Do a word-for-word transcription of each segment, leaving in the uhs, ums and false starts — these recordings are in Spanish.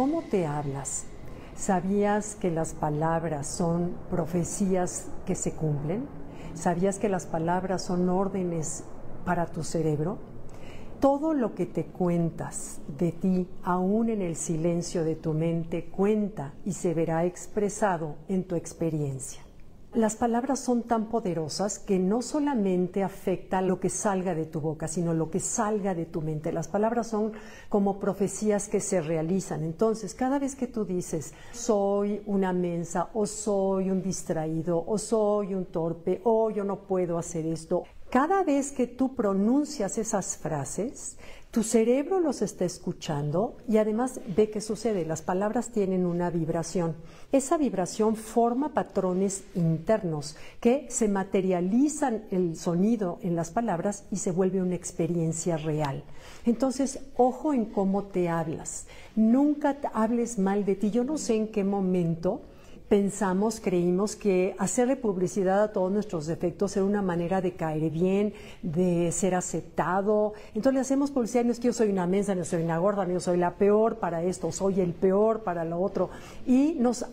cómo te hablas. ¿Sabías que las palabras son profecías que se cumplen? ¿Sabías que las palabras son órdenes para tu cerebro? Todo lo que te cuentas de ti, aún en el silencio de tu mente, cuenta y se verá expresado en tu experiencia. Las palabras son tan poderosas que no solamente afecta lo que salga de tu boca, sino lo que salga de tu mente. Las palabras son como profecías que se realizan. Entonces, cada vez que tú dices, soy una mensa, o soy un distraído, o soy un torpe, o yo no puedo hacer esto, cada vez que tú pronuncias esas frases, tu cerebro los está escuchando y además ve qué sucede. Las palabras tienen una vibración. Esa vibración forma patrones internos que se materializan el sonido en las palabras y se vuelve una experiencia real. Entonces, ojo en cómo te hablas. Nunca te hables mal de ti. Yo no sé en qué momento pensamos, creímos que hacerle publicidad a todos nuestros defectos era una manera de caer bien, de ser aceptado. Entonces le hacemos publicidad, no es que yo soy una mensa, no soy una gorda, no yo soy la peor para esto, soy el peor para lo otro. Y nos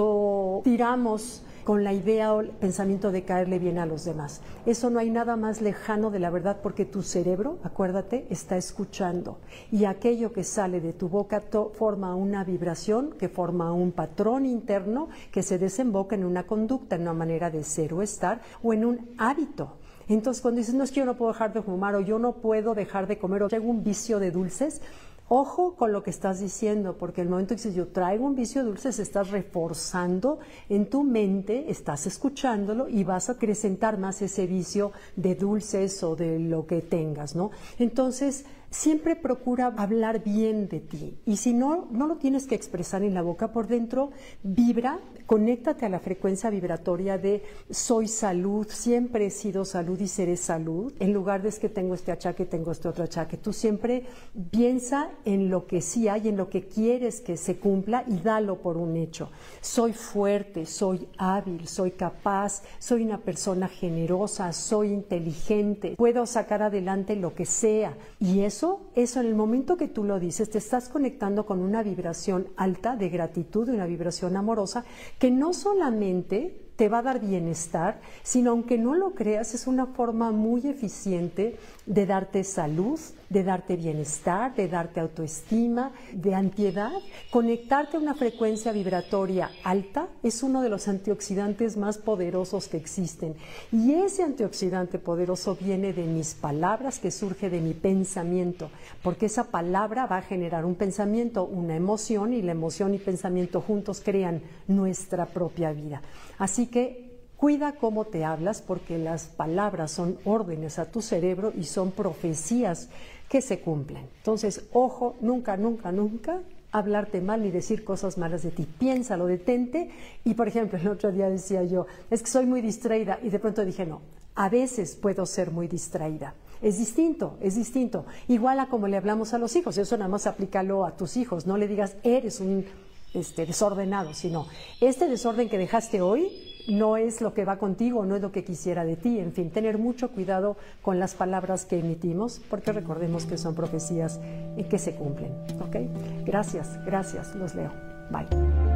autotiramos con la idea o el pensamiento de caerle bien a los demás. Eso no hay nada más lejano de la verdad, porque tu cerebro, acuérdate, está escuchando. Y aquello que sale de tu boca forma una vibración, que forma un patrón interno, que se desemboca en una conducta, en una manera de ser o estar, o en un hábito. Entonces, cuando dices, no, es que yo no puedo dejar de fumar, o yo no puedo dejar de comer, o tengo un vicio de dulces, ojo con lo que estás diciendo, porque el momento que dices yo traigo un vicio de dulces, estás reforzando en tu mente, estás escuchándolo y vas a acrecentar más ese vicio de dulces o de lo que tengas, ¿no? Entonces, siempre procura hablar bien de ti, y si no, no lo tienes que expresar en la boca, por dentro vibra, conéctate a la frecuencia vibratoria de soy salud, siempre he sido salud y seré salud, en lugar de es que tengo este achaque, tengo este otro achaque. Tú siempre piensa en lo que sí hay, en lo que quieres que se cumpla y dalo por un hecho. Soy fuerte, soy hábil, soy capaz, soy una persona generosa, soy inteligente, puedo sacar adelante lo que sea, y eso Eso, eso en el momento que tú lo dices, te estás conectando con una vibración alta de gratitud, una vibración amorosa, que no solamente te va a dar bienestar, sino, aunque no lo creas, es una forma muy eficiente de darte salud, de darte bienestar, de darte autoestima, de antiedad. Conectarte a una frecuencia vibratoria alta es uno de los antioxidantes más poderosos que existen. Y ese antioxidante poderoso viene de mis palabras, que surge de mi pensamiento, porque esa palabra va a generar un pensamiento, una emoción, y la emoción y pensamiento juntos crean nuestra propia vida. Así que cuida cómo te hablas, porque las palabras son órdenes a tu cerebro y son profecías que se cumplen. Entonces, ojo, nunca, nunca, nunca hablarte mal ni decir cosas malas de ti. Piénsalo, detente. Y, por ejemplo, el otro día decía yo, es que soy muy distraída, y de pronto dije, no, a veces puedo ser muy distraída. Es distinto, es distinto. Igual a como le hablamos a los hijos, eso nada más aplícalo a tus hijos. No le digas, eres un este, desordenado, sino, este desorden que dejaste hoy no es lo que va contigo, no es lo que quisiera de ti. En fin, tener mucho cuidado con las palabras que emitimos, porque recordemos que son profecías y que se cumplen. ¿Ok? Gracias, gracias, los leo. Bye.